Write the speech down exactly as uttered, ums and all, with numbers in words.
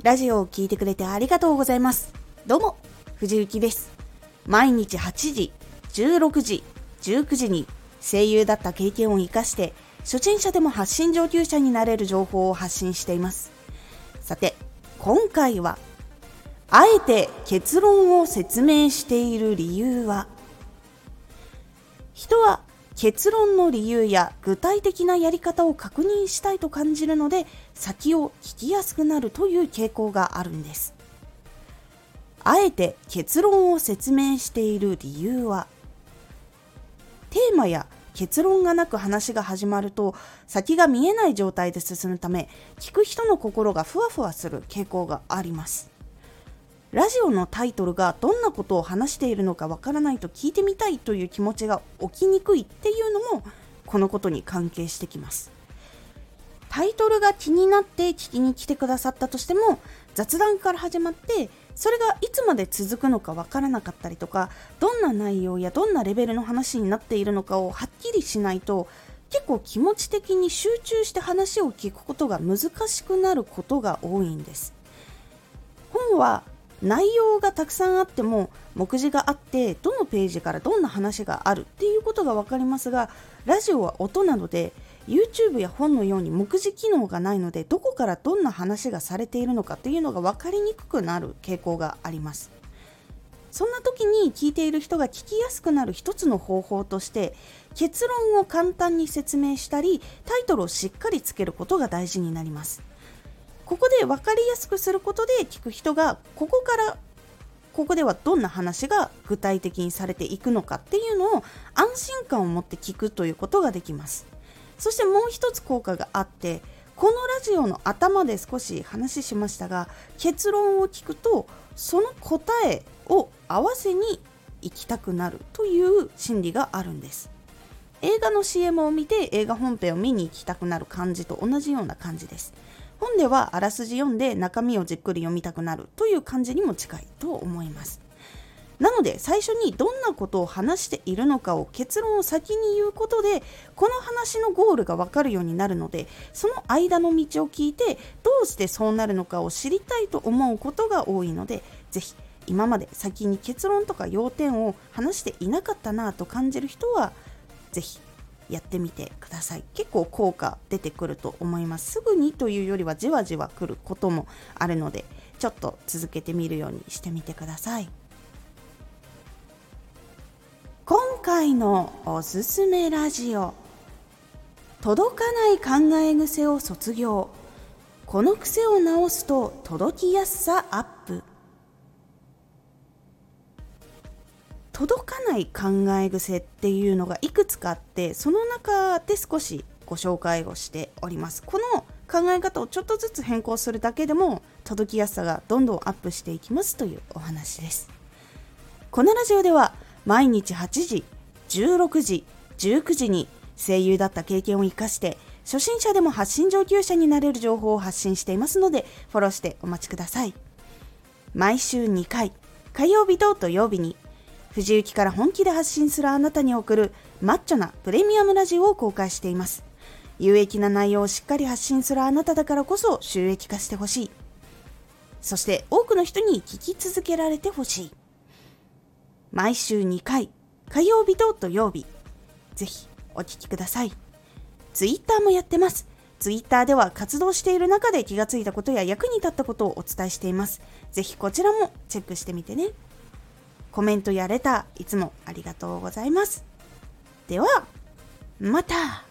ラジオを聞いてくれてありがとうございます。どうも、藤幸です。毎日はちじ、じゅうろくじ、じゅうくじに声優だった経験を生かして初心者でも発信上級者になれる情報を発信しています。さて、今回はあえて結論を説明している理由は、人は結論の理由や具体的なやり方を確認したいと感じるので、先を聞きやすくなるという傾向があるんです。あえて結論を説明している理由は、テーマや結論がなく話が始まると先が見えない状態で進むため、聞く人の心がふわふわする傾向があります。ラジオのタイトルがどんなことを話しているのかわからないと聞いてみたいという気持ちが起きにくいっていうのもこのことに関係してきます。タイトルが気になって聞きに来てくださったとしても、雑談から始まってそれがいつまで続くのかわからなかったりとか、どんな内容やどんなレベルの話になっているのかをはっきりしないと、結構気持ち的に集中して話を聞くことが難しくなることが多いんです。本は内容がたくさんあっても目次があって、どのページからどんな話があるっていうことが分かりますが、ラジオは音なので YouTube や本のように目次機能がないので、どこからどんな話がされているのかっていうのが分かりにくくなる傾向があります。そんな時に聞いている人が聞きやすくなる一つの方法として、結論を簡単に説明したりタイトルをしっかりつけることが大事になります。ここで分かりやすくすることで、聞く人がここからここではどんな話が具体的にされていくのかっていうのを安心感を持って聞くということができます。そしてもう一つ効果があって、このラジオの頭で少し話しましたが、結論を聞くとその答えを合わせに行きたくなるという心理があるんです。映画の シーエム を見て映画本編を見に行きたくなる感じと同じような感じです。本ではあらすじ読んで中身をじっくり読みたくなるという感じにも近いと思います。なので最初にどんなことを話しているのかを結論を先に言うことで、この話のゴールが分かるようになるので、その間の道を聞いてどうしてそうなるのかを知りたいと思うことが多いので、ぜひ今まで先に結論とか要点を話していなかったなと感じる人はぜひやってみてください。結構効果出てくると思います。すぐにというよりはじわじわ来ることもあるので、ちょっと続けてみるようにしてみてください。今回のおすすめラジオ、届かない考え癖を卒業、この癖を直すと届きやすさアップ。届かない考え癖っていうのがいくつかあって、その中で少しご紹介をしております。この考え方をちょっとずつ変更するだけでも届きやすさがどんどんアップしていきますというお話です。このラジオでは毎日はちじ、じゅうろくじ、じゅうくじに声優だった経験を生かして初心者でも発信上級者になれる情報を発信していますので、フォローしてお待ちください。毎週にかい、火曜日と土曜日に藤雪から本気で発信するあなたに送るマッチョなプレミアムラジオを公開しています。有益な内容をしっかり発信するあなただからこそ収益化してほしい。そして多くの人に聞き続けられてほしい。毎週にかい、火曜日と土曜日、ぜひお聞きください。ツイッターもやってます。ツイッターでは活動している中で気がついたことや役に立ったことをお伝えしています。ぜひこちらもチェックしてみてね。コメントやレターいつもありがとうございます。ではまた。